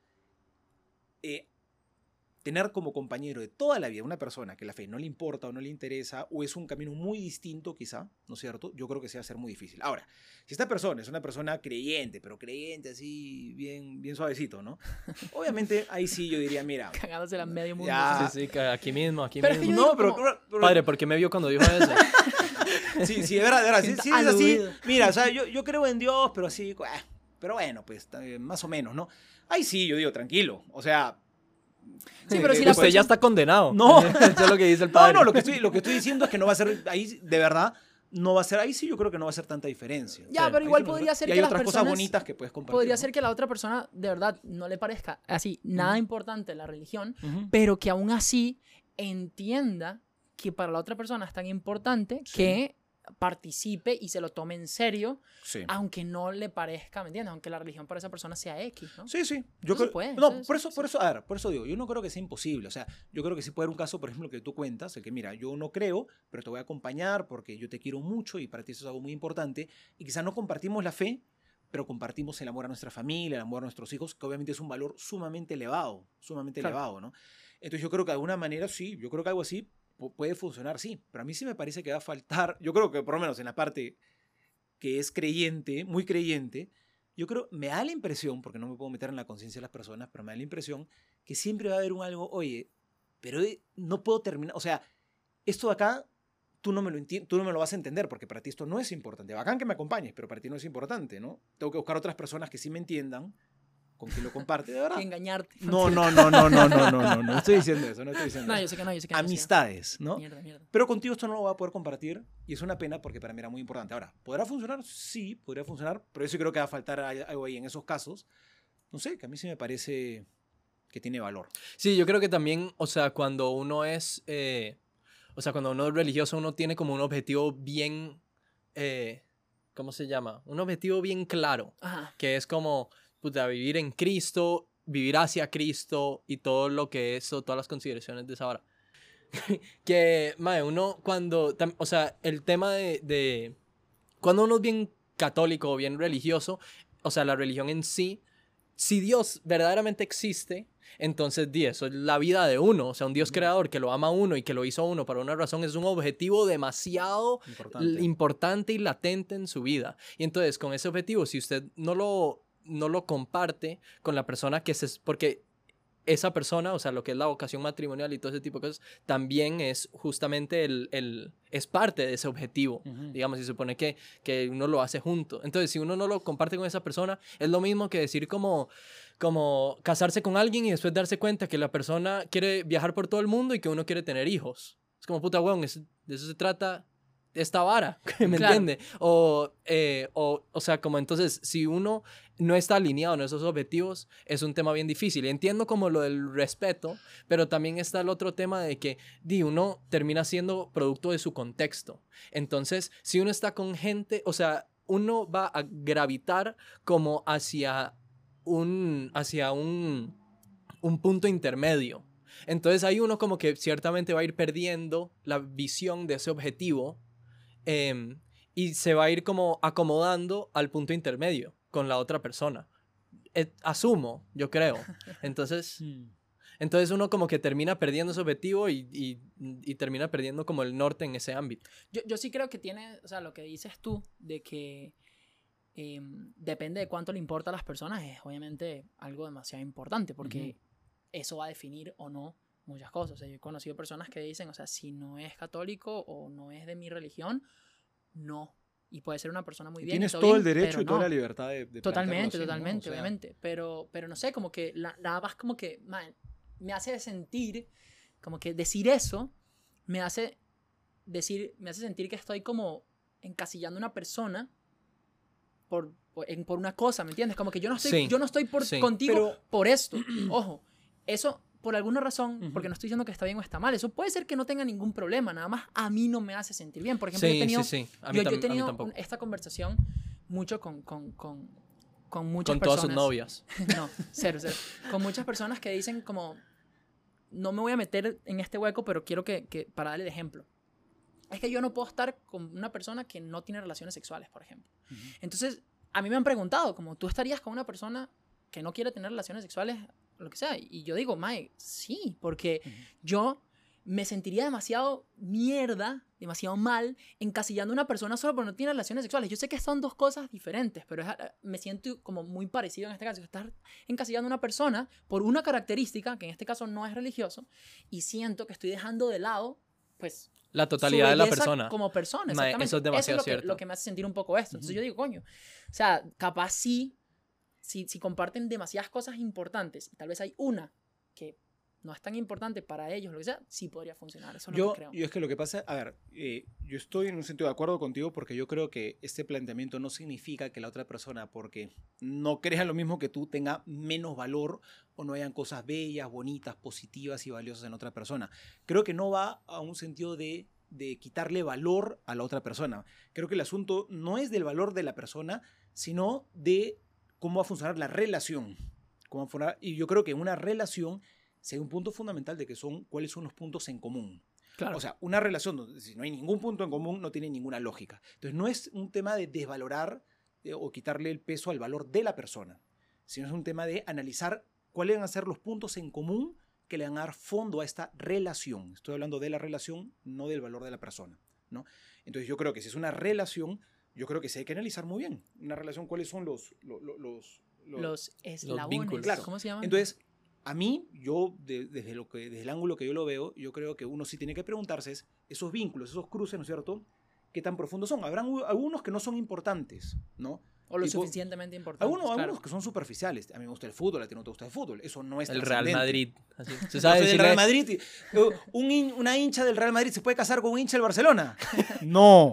tener como compañero de toda la vida una persona que la fe no le importa o no le interesa o es un camino muy distinto quizá, ¿no es cierto? Yo creo que se va a ser muy difícil. Ahora, si esta persona es una persona creyente, pero creyente así bien, bien suavecito, ¿no? Obviamente ahí sí yo diría, mira... Cagándose la medio mundo. Ya. Sí, aquí mismo. Pero es que yo digo pero... Padre, ¿por qué me vio cuando dijo eso? Sí, de verdad. Sí, es así. Mira, o sea, yo creo en Dios, pero así... pero bueno, pues más o menos, ¿no? Ahí sí, yo digo, tranquilo. O sea... Sí, pero si usted ya está condenado. No. Eso es lo que dice el padre. No, lo que estoy diciendo es que no va a ser ahí, de verdad, no va a ser ahí, sí yo creo que no va a ser tanta diferencia. Ya, sí, pero igual podría ser que hay las otras cosas bonitas que puedes compartir. Podría ¿no? ser que a la otra persona de verdad no le parezca así nada importante la religión, Uh-huh. pero que aún así entienda que para la otra persona es tan importante que participe y se lo tome en serio, Sí. aunque no le parezca, ¿me entiendes? Aunque la religión para esa persona sea X, ¿no? Sí. Yo Eso creo, se puede, no, eso por eso, a ver, por eso digo, yo no creo que sea imposible. O sea, yo creo que sí puede haber un caso, por ejemplo, que tú cuentas, el que mira, yo no creo, pero te voy a acompañar porque yo te quiero mucho y para ti eso es algo muy importante. Y quizás no compartimos la fe, pero compartimos el amor a nuestra familia, el amor a nuestros hijos, que obviamente es un valor sumamente elevado, ¿no? Entonces yo creo que de alguna manera sí, yo creo que algo así puede funcionar, sí. Pero a mí sí me parece que va a faltar, yo creo que por lo menos en la parte que es creyente, muy creyente, yo creo, me da la impresión, porque no me puedo meter en la conciencia de las personas, pero me da la impresión que siempre va a haber un algo, oye, pero no puedo terminar, o sea, esto de acá, tú no me lo vas a entender, porque para ti esto no es importante. Bacán que me acompañes, pero para ti no es importante, ¿no? Tengo que buscar otras personas que sí me entiendan, con quien lo comparte, de verdad. Que engañarte. No estoy diciendo eso, no estoy diciendo No, eso. yo sé que no. Amistades, ¿no? Mierda. Pero contigo esto no lo voy a poder compartir y es una pena porque para mí era muy importante. Ahora, ¿podrá funcionar? Sí, podría funcionar, pero yo sí creo que va a faltar algo ahí en esos casos. No sé, que a mí sí me parece que tiene valor. Sí, yo creo que también, o sea, cuando uno es religioso, uno tiene como un objetivo bien, ¿cómo se llama? Un objetivo bien claro, Ajá. que es como, puta, vivir en Cristo, vivir hacia Cristo y todo lo que es, o todas las consideraciones de esa hora. Que, mae, uno cuando, o sea, el tema de cuando uno es bien católico o bien religioso, o sea, la religión en sí, si Dios verdaderamente existe, entonces eso es la vida de uno, o sea, un Dios creador que lo ama a uno y que lo hizo a uno para una razón, es un objetivo demasiado importante y latente en su vida. Y entonces, con ese objetivo, si usted no lo comparte con la persona porque esa persona, o sea, lo que es la vocación matrimonial y todo ese tipo de cosas, también es justamente es parte de ese objetivo. Uh-huh. Digamos, y se supone que uno lo hace junto. Entonces, si uno no lo comparte con esa persona, es lo mismo que decir como casarse con alguien y después darse cuenta que la persona quiere viajar por todo el mundo y que uno quiere tener hijos. Es como, puta, weón, de eso se trata esta vara, ¿me entiende? O sea, como entonces, si uno no está alineado en esos objetivos, es un tema bien difícil. Y entiendo como lo del respeto, pero también está el otro tema de que uno termina siendo producto de su contexto. Entonces, si uno está con gente, o sea, uno va a gravitar como hacia un punto intermedio. Entonces, ahí uno como que ciertamente va a ir perdiendo la visión de ese objetivo. Y se va a ir como acomodando al punto intermedio con la otra persona. Asumo, yo creo. Entonces, Entonces uno como que termina perdiendo ese objetivo y termina perdiendo como el norte en ese ámbito. Yo sí creo que tiene, o sea, lo que dices tú, de que depende de cuánto le importa a las personas, es obviamente algo demasiado importante, porque eso va a definir o no muchas cosas. O sea, yo he conocido personas que dicen, o sea, si no es católico o no es de mi religión, no. Y puede ser una persona muy bien. Tienes todo todo bien, el derecho pero y toda no. la libertad de Totalmente, plantearlo así, ¿no? totalmente, O sea, obviamente. Pero no sé, como que nada más como que, man, me hace sentir, como que decir eso, me hace sentir que estoy como encasillando a una persona por una cosa, ¿me entiendes? Como que yo no estoy contigo pero- por esto. Ojo, eso por alguna razón, porque no estoy diciendo que está bien o está mal, eso puede ser que no tenga ningún problema, nada más a mí no me hace sentir bien. Por ejemplo, yo he tenido, yo he tenido esta conversación mucho con muchas Con personas. todas sus novias. No, cero. Con muchas personas que dicen como, no me voy a meter en este hueco, pero quiero que para darle el ejemplo. Es que yo no puedo estar con una persona que no tiene relaciones sexuales, por ejemplo. Entonces, a mí me han preguntado, como, ¿tú estarías con una persona que no quiere tener relaciones sexuales, lo que sea? Y yo digo, mae, sí, porque yo me sentiría demasiado mierda, demasiado mal, encasillando a una persona solo porque no tiene relaciones sexuales. Yo sé que son dos cosas diferentes, pero me siento como muy parecido en este caso. Estar encasillando a una persona por una característica, que en este caso no es religioso, y siento que estoy dejando de lado, pues, la totalidad de la belleza persona. como persona, Mae, exactamente. eso es demasiado cierto. Lo que me hace sentir un poco esto. Entonces yo digo, coño, o sea, capaz sí, si comparten demasiadas cosas importantes, y tal vez hay una que no es tan importante para ellos, lo que sea, sí podría funcionar. Eso es lo que creo. Yo es que lo que pasa, a ver, yo estoy en un sentido de acuerdo contigo porque yo creo que este planteamiento no significa que la otra persona, porque no crea lo mismo que tú, tenga menos valor o no hayan cosas bellas, bonitas, positivas y valiosas en otra persona. Creo que no va a un sentido de quitarle valor a la otra persona. Creo que el asunto no es del valor de la persona, sino de cómo va a funcionar la relación. Y yo creo que en una relación hay un punto fundamental de que cuáles son los puntos en común. Claro. O sea, una relación donde si no hay ningún punto en común no tiene ninguna lógica. Entonces no es un tema de desvalorar o quitarle el peso al valor de la persona, sino es un tema de analizar cuáles van a ser los puntos en común que le van a dar fondo a esta relación. Estoy hablando de la relación, no del valor de la persona, ¿no? Entonces yo creo que si es una relación, yo creo que sí hay que analizar muy bien. Una relación, ¿cuáles son los eslabones? vínculos. Claro. ¿Cómo se llaman? Entonces, a mí, yo, desde el ángulo que yo lo veo, yo creo que uno sí tiene que preguntarse esos vínculos, esos cruces, ¿no es cierto?, ¿qué tan profundos son? Habrán algunos que no son importantes, ¿no? O lo Tipo, suficientemente importantes. Algunos que son superficiales. A mí me gusta el fútbol, a ti no te gusta el fútbol. Eso no es El Real trascendente. Madrid. Así. ¿Se Yo sabe soy del decirle- Real Madrid. Una hincha del Real Madrid se puede casar con un hincha del Barcelona. No.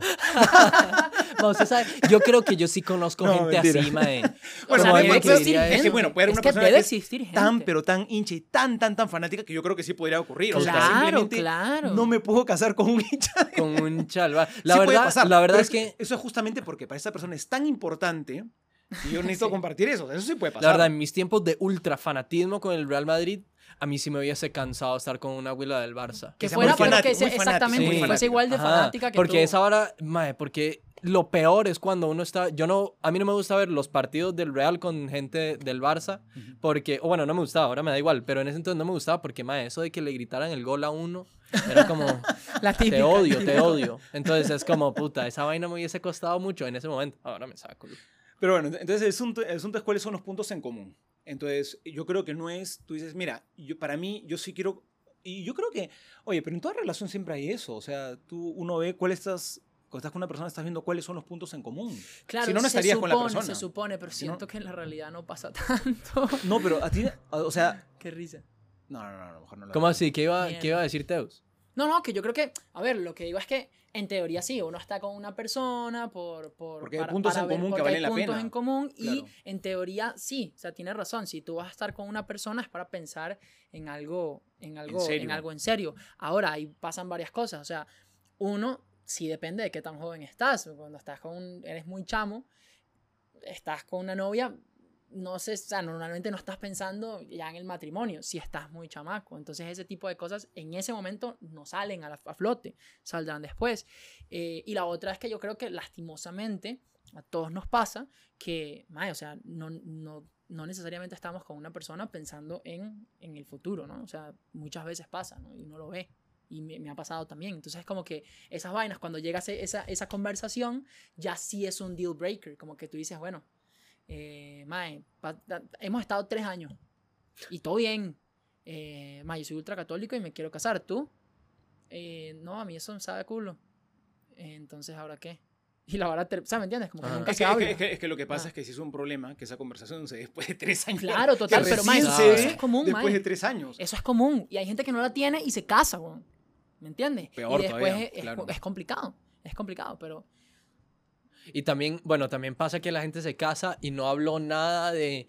No, usted sabe, yo creo que yo sí conozco No, gente mentira. así, mae. Bueno, sea, puede- debe puede- existir es que gente. bueno, puede haber una Es que persona debe que es existir gente. tan, pero tan hincha y tan fanática que yo creo que sí podría ocurrir. O sea, Claro, simplemente claro. no me puedo casar con un hincha. Con un chalva. Sí puede pasar, La verdad pero es que, eso es justamente porque para esa persona es tan importante y yo necesito compartir eso. O sea, eso sí puede pasar. la verdad, en mis tiempos de ultra fanatismo con el Real Madrid, a mí sí me hubiese cansado estar con una abuela del Barça. Que sea fuera, muy pero fanático, que sea muy fanático, exactamente, muy que fuese fanático. igual de Ajá, fanática que porque tú. esa hora, mae, porque lo peor es cuando uno está, a mí no me gusta ver los partidos del Real con gente del Barça, porque, o bueno, no me gustaba, ahora me da igual, pero en ese entonces no me gustaba porque, mae, eso de que le gritaran el gol a uno, era como, La te típica. odio, te odio. Entonces es como, puta, esa vaina me hubiese costado mucho en ese momento, ahora me saco. Pero bueno, entonces el asunto es cuáles son los puntos en común. Entonces, yo creo que no es, tú dices, mira, para mí, yo sí quiero, y yo creo que, oye, pero en toda relación siempre hay eso, o sea, uno ve cuáles cuando estás con una persona estás viendo cuáles son los puntos en común. Claro, Si no, no se estarías con la supone, persona. Se supone, pero Si no- siento que en la realidad no pasa tanto. No, pero a ti, o sea, Qué risa. no, a lo mejor no lo ¿Cómo hago. así? ¿Qué iba a Mierda. decir Teus? No, que yo creo que, a ver, lo que digo es que en teoría sí, uno está con una persona Porque hay puntos en común que porque hay valen la puntos pena. en común y Claro. en teoría sí, o sea, tiene razón, si tú vas a estar con una persona es para pensar en algo en serio. Ahora, ahí pasan varias cosas, o sea, uno sí depende de qué tan joven estás, cuando eres muy chamo, estás con una novia, no sé, o sea, normalmente no estás pensando ya en el matrimonio, si estás muy chamaco. Entonces ese tipo de cosas en ese momento no salen a flote, saldrán después. Y la otra es que yo creo que lastimosamente A todos nos pasa que, mae, o sea, no necesariamente estamos con una persona pensando en el futuro, ¿no? O sea, muchas veces pasa, ¿no? Y uno lo ve. Y me ha pasado también. Entonces es como que esas vainas, cuando llega esa conversación, ya sí es un deal breaker. Como que tú dices, bueno, mae, hemos estado 3 años y todo bien. Mae, yo soy ultracatólico y me quiero casar. ¿Tú? No, a mí eso me sabe a culo. Entonces, ¿ahora qué? Y la vara, o sea, ¿me entiendes? Como que nunca se habla. Es que lo que pasa es que si es un problema, que esa conversación se dé después de 3 años. Claro, total, que pero recién mae, se dé eso es común, después mae. de 3 años. Eso es común. Y hay gente que no la tiene y se casa, weón. ¿Me entiendes? Peor y después todavía, claro. es complicado. Es complicado, pero... Y también, bueno, también pasa que la gente se casa y no habló nada de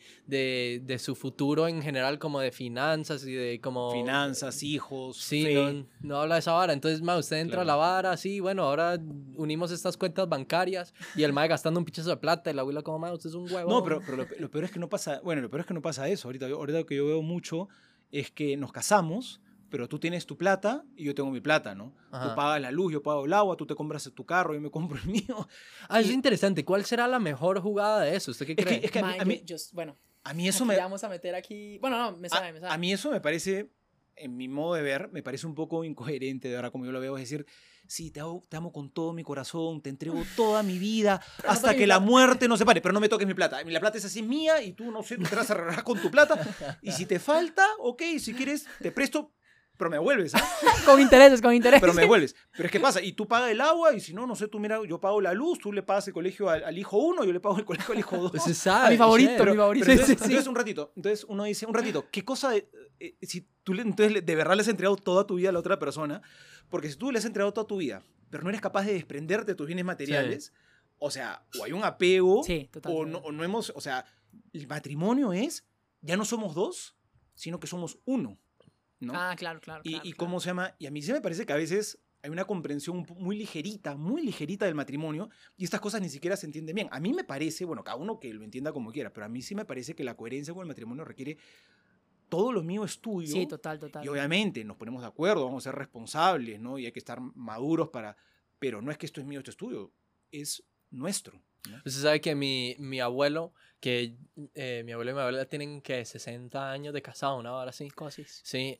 su futuro en general, como de finanzas y de como... Finanzas, hijos, Sí, fe. no habla de esa vara. Entonces, ma, usted entra a la vara, sí, bueno, ahora unimos estas cuentas bancarias y el mae gastando un pichazo de plata y la abuela como, ma, usted es un huevo. No, pero lo peor es que no pasa, bueno, lo peor es que no pasa eso. Ahorita lo que yo veo mucho es que nos casamos, pero tú tienes tu plata y yo tengo mi plata, ¿no? Ajá. Tú pagas la luz, yo pago el agua, tú te compras tu carro, yo me compro el mío. Ah, eso es interesante. ¿Cuál será la mejor jugada de eso? ¿Usted qué cree? Es que Mae, bueno, a mí eso aquí me... vamos a meter aquí... Bueno, no, me sabe. A mí eso me parece, en mi modo de ver, me parece un poco incoherente de ahora como yo lo veo. Es decir, sí, te amo con todo mi corazón, te entrego toda mi vida hasta que la muerte nos separe, pero no me toques mi plata. La plata es así mía y tú, no sé, tú te vas a arreglar con tu plata. Y si te falta, ok, si quieres, te presto, pero me devuelves, ¿ah? Con intereses. Pero me devuelves. Pero es que pasa, y tú pagas el agua, y si no, no sé, tú mira, yo pago la luz, tú le pagas el colegio al hijo 1, yo le pago el colegio al hijo 2. Se sabe, A mi favorito, chévere. mi favorito. Pero entonces, Sí. entonces, un ratito, entonces uno dice, un ratito, ¿qué cosa si tú entonces de verdad le has entregado toda tu vida a la otra persona? Porque si tú le has entregado toda tu vida, pero no eres capaz de desprenderte de tus bienes materiales, o sea, o hay un apego, Sí, total. o no hemos, o sea, el matrimonio es, ya no somos 2, sino que somos 1, ¿no? Ah, claro. Y cómo se llama, y a mí sí me parece que a veces hay una comprensión muy ligerita del matrimonio y estas cosas ni siquiera se entienden bien. A mí me parece, bueno, cada uno que lo entienda como quiera, pero a mí sí me parece que la coherencia con el matrimonio requiere todo lo mío es tuyo. Sí, total. Y obviamente nos ponemos de acuerdo, vamos a ser responsables, ¿no? Y hay que estar maduros para... Pero no es que esto es mío, esto es tuyo, es nuestro, ¿no? Usted sabe que mi abuelo, que mi abuelo y mi abuela tienen que 60 años de casado, una hora así. Cosis. Sí,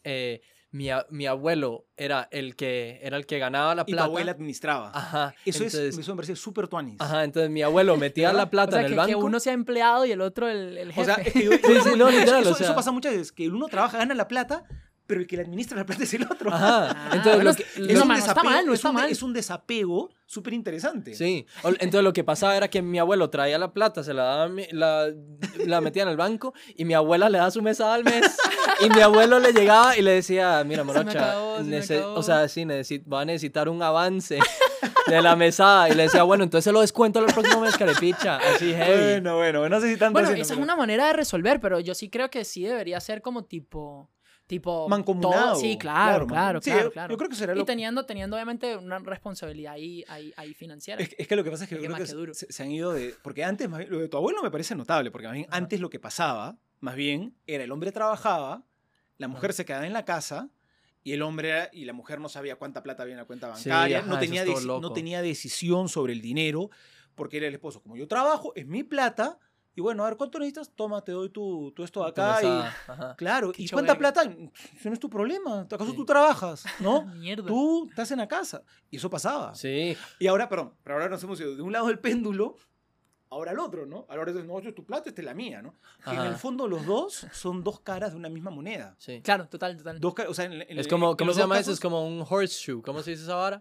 mi abuelo era el que ganaba la Y tu plata. abuela administraba. Ajá. Eso entonces, me parece súper tuanis. Ajá, entonces mi abuelo metía ¿Verdad? la plata O sea, en el que banco. uno sea empleado y el otro el jefe. O sea, es que sí, no, literal, eso, o sea. eso pasa muchas veces, que el uno trabaja, gana la plata, pero el que le administra la plata es el otro. Ajá. Ah, Entonces, bueno, lo que- es lo- un un no está desapego, mal, no está mal. Es un desapego súper interesante. Sí, entonces lo que pasaba era que mi abuelo traía la plata, se la daba, la metía en el banco y mi abuela le daba su mesada al mes y mi abuelo le llegaba y le decía, mira, Se me morocha, acabó, se me acabó. o sea, sí, va a necesitar un avance de la mesada y le decía, bueno, entonces se lo descuento el próximo mes, carepicha, así heavy. Bueno, no sé si tanto Bueno, así, esa pero- es una manera de resolver, pero yo sí creo que sí debería ser como tipo mancomunado. todo- sí, claro. Sí, yo creo que será Y lo... teniendo obviamente una responsabilidad ahí financiera. Es que lo que pasa es que Es yo que creo más que que duro. se han ido de... Porque antes, más bien, lo de tu abuelo me parece notable, porque más bien Ajá. antes lo que pasaba, más bien, era el hombre trabajaba, la mujer se quedaba en la casa, y el hombre y la mujer no sabía cuánta plata había en la cuenta Sí, bancaria, ajá, no, eso tenía es todo loco. no tenía decisión sobre el dinero, porque era el esposo. Como yo trabajo, es mi plata, y bueno, a ver, ¿cuánto necesitas? Toma, te doy tu esto de Tu acá, y... mesada, ajá. Claro, Qué ¿y cuánta choverga. plata? Eso no es tu problema. ¿Acaso Sí. tú trabajas? ¿no? Mierda. Tú estás en la casa. Y eso pasaba. Sí, Y ahora, perdón, pero ahora nos hemos ido de un lado del péndulo, ahora al otro, ¿no? Ahora dices, no, esto es tu plata, esta es la mía, ¿no? Que en Ajá. el fondo los dos son dos caras de una misma moneda. sí. Claro, total. Dos o sea, Es como, en ¿cómo los se dos llama eso? casos, Es como un horseshoe, ¿cómo se dice esa vara?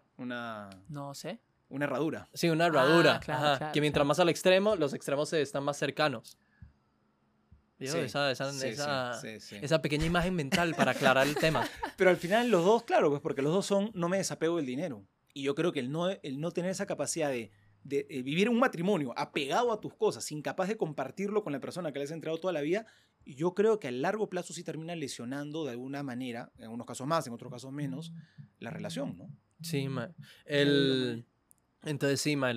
No sé. una herradura. Sí, una herradura. claro, ajá, claro, que mientras claro. más al extremo, los extremos están más cercanos. ¿Vio? Sí, sí, sí. Esa pequeña imagen mental para aclarar el tema. Pero al final los dos, claro, pues porque los dos son, no me desapego del dinero. Y yo creo que el no tener esa capacidad de vivir un matrimonio apegado a tus cosas, incapaz de compartirlo con la persona que le has entregado toda la vida, yo creo que a largo plazo sí termina lesionando de alguna manera, en unos casos más, en otros casos menos, la relación, ¿no? Sí, man. Entonces, sí, man,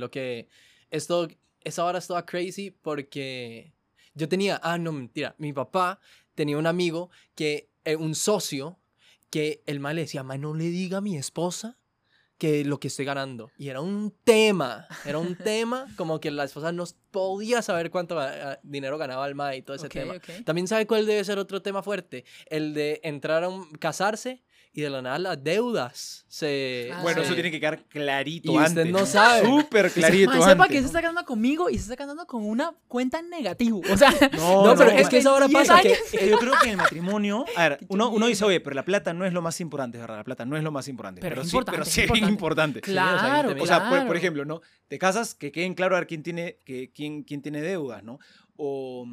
esa hora estaba crazy porque yo tenía, no, mentira, mi papá tenía un amigo un socio, que el man le decía, man, no le diga a mi esposa que lo que estoy ganando. Y era un tema como que la esposa no podía saber cuánto dinero ganaba el mae y todo ese tema. También sabe cuál debe ser otro tema fuerte, el de entrar a casarse y de la nada las deudas Bueno, eso tiene que quedar clarito y antes. usted no sabe. Súper clarito antes. Sepa que se está casando conmigo y se está casando con una cuenta en negativo. O sea, no, pero es que eso ahora pasa que... Yo creo que en el matrimonio, a ver, uno dice, oye, pero la plata no es lo más importante, ¿verdad? La plata no es lo más importante. Pero sí, importante, pero sí es bien importante. Claro, O sea, por ejemplo, ¿no? Te casas, que queden claro a ver quién tiene deudas, ¿no? O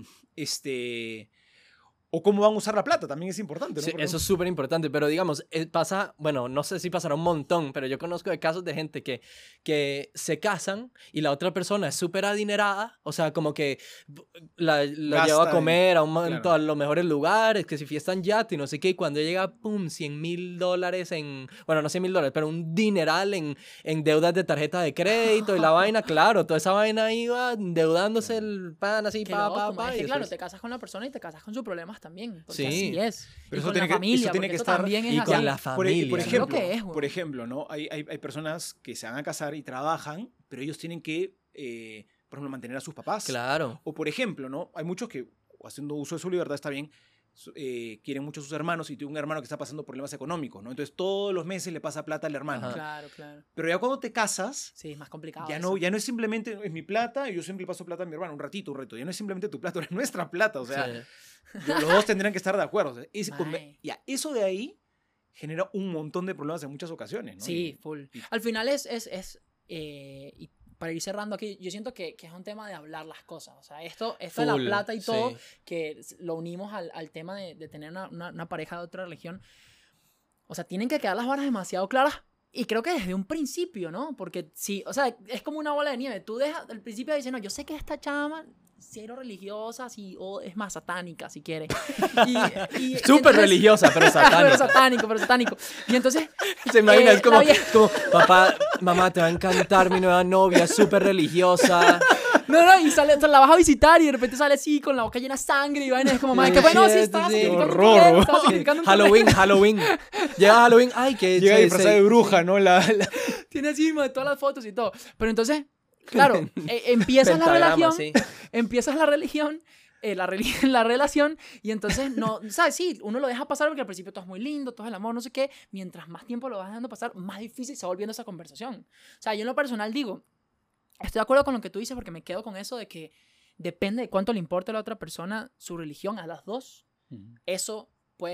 cómo van a usar la plata, también es importante, ¿no? Sí, eso es súper importante, pero digamos, pasa, bueno, no sé si pasará un montón, pero yo conozco de casos de gente que se casan y la otra persona es súper adinerada, o sea, como que la lleva a comer a los mejores lugares, que si fiesta en yate y no sé qué, y cuando llega, pum, $100,000 bueno, no $100,000, pero un dineral en deudas de tarjeta de crédito y la vaina, claro, toda esa vaina iba endeudándose el pan así, claro, te casas con la persona y te casas con sus problemas también, porque así es. Pero eso tiene que estar también y con la familia. Por ejemplo, ¿no? Hay personas que se van a casar y trabajan, pero ellos tienen que, por ejemplo, mantener a sus papás. Claro. O por ejemplo, ¿no? Hay muchos que, haciendo uso de su libertad, está bien, quieren mucho a sus hermanos y tiene un hermano que está pasando problemas económicos, ¿no? Entonces todos los meses le pasa plata al hermano. Claro. Pero ya cuando te casas, sí, es más complicado. Ya no es simplemente es mi plata y yo siempre le paso plata a mi hermano, un ratito. Ya no es simplemente tu plata, es nuestra plata, o sea, los dos tendrían que estar de acuerdo. Eso de ahí genera un montón de problemas en muchas ocasiones, ¿no? Sí, full. Al final y para ir cerrando aquí, yo siento que es un tema de hablar las cosas. O sea, esto de la plata y todo, que lo unimos al tema de tener una pareja de otra religión. O sea, tienen que quedar las varas demasiado claras. Y creo que desde un principio, ¿no? Porque sí, o sea, es como una bola de nieve. Tú al principio dices, no, yo sé que esta chama cero religiosa, o es más satánica, si quiere. Súper religiosa, pero satánica. pero satánico. Y entonces... Se imagina, es como, papá, mamá, te va a encantar mi nueva novia, súper religiosa. No, y la vas a visitar y de repente sale así con la boca llena de sangre y vaina. Es como, madre, que bueno, sí, estaba sacrificando Halloween. Llega Halloween, ay, que... Llega disfrazada de bruja, ¿no? Tiene así, todas las fotos y todo. Pero entonces... Claro, empiezas la relación, la relación y entonces no, ¿sabes? Sí, uno lo deja pasar porque al principio todo es muy lindo, todo es el amor, no sé qué. Mientras más tiempo lo vas dejando pasar, más difícil se va volviendo esa conversación. O sea, yo en lo personal digo, estoy de acuerdo con lo que tú dices porque me quedo con eso de que depende de cuánto le importe a la otra persona su religión, a las dos. Eso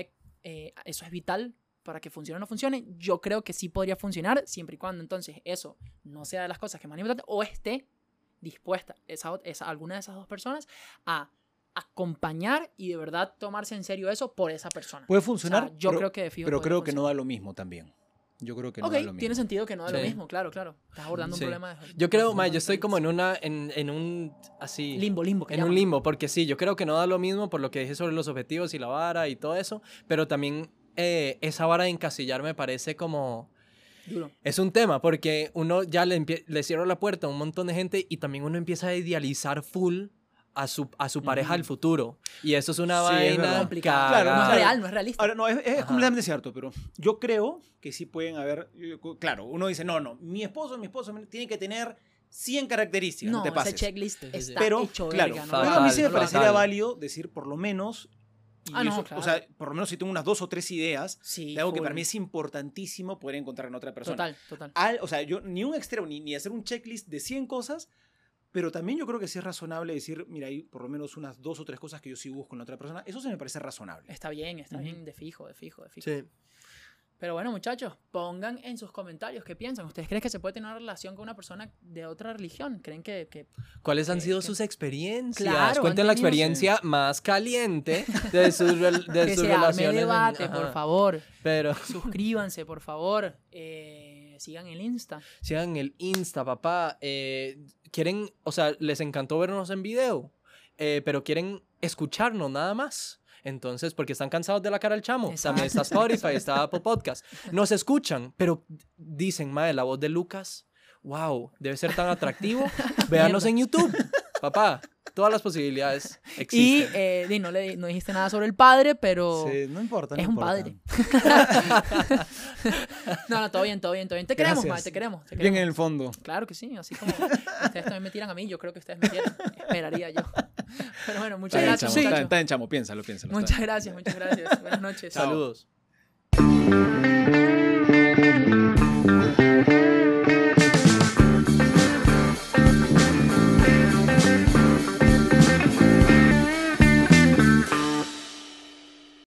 es vital para que funcione o no funcione. Yo creo que sí podría funcionar siempre y cuando entonces eso no sea de las cosas que más importante o esté dispuesta alguna de esas dos personas a acompañar y de verdad tomarse en serio eso por esa persona. Puede funcionar, o sea, yo creo que de fijo pero creo funcionar. Que no da lo mismo también. Yo creo que no da lo mismo. Tiene sentido que no da lo mismo, claro. Estás abordando un problema de... Yo creo, yo estoy como en un así... Limbo. En un limbo, porque sí, yo creo que no da lo mismo por lo que dije sobre los objetivos y la vara y todo eso, pero también esa vara de encasillar me parece como... Duro. Es un tema, porque uno ya le cierra la puerta a un montón de gente y también uno empieza a idealizar full a su pareja del futuro. Y eso es una vaina complicada. Claro, no es real, no es realista. Ahora, no, es completamente cierto, pero yo creo que sí pueden haber... Claro, uno dice, no, mi esposo tiene que tener 100 características, no te pases. Ese checklist está pero, hecho claro, verga, pero a mí sí me parecería válido decir por lo menos... claro. O sea, por lo menos si tengo unas 2 o 3 ideas sí, de algo que para mí es importantísimo poder encontrar en otra persona. Total. O sea, yo ni un extremo, ni hacer un checklist de 100 cosas, pero también yo creo que sí es razonable decir, mira, hay por lo menos unas 2 o 3 cosas que yo sí busco en la otra persona. Eso se me parece razonable. Está bien, de fijo. Sí. Pero bueno, muchachos, pongan en sus comentarios qué piensan. ¿Ustedes creen que se puede tener una relación con una persona de otra religión? ¿Creen que ¿Cuáles han sido sus experiencias? Claro, cuenten la experiencia más caliente de sus que se relaciones. arme debate, por favor. Pero suscríbanse, por favor. Sigan el Insta. Sigan el Insta, papá. Quieren, o sea, les encantó vernos en video, pero quieren escucharnos nada más. Entonces, porque están cansados de la cara del chamo. Exacto. También está Spotify, está Apple Podcast. Nos escuchan, pero dicen, mae, la voz de Lucas, wow, debe ser tan atractivo. Véanos en YouTube, papá. Todas las posibilidades Y existen. no dijiste nada sobre el padre, pero Sí, no importa. no es un importa. padre. No, todo bien, todo bien, todo bien. Te queremos, Gracias. Mae, te queremos. Te Bien en queremos. el fondo. Claro que sí, así como ustedes también me tiran a mí, yo creo que ustedes me tiran. Esperaría yo. Pero bueno, muchas gracias, Chamo, muchachos. está bien, chamo, piénsalo. Muchas gracias, muchas gracias. Buenas noches. Saludos.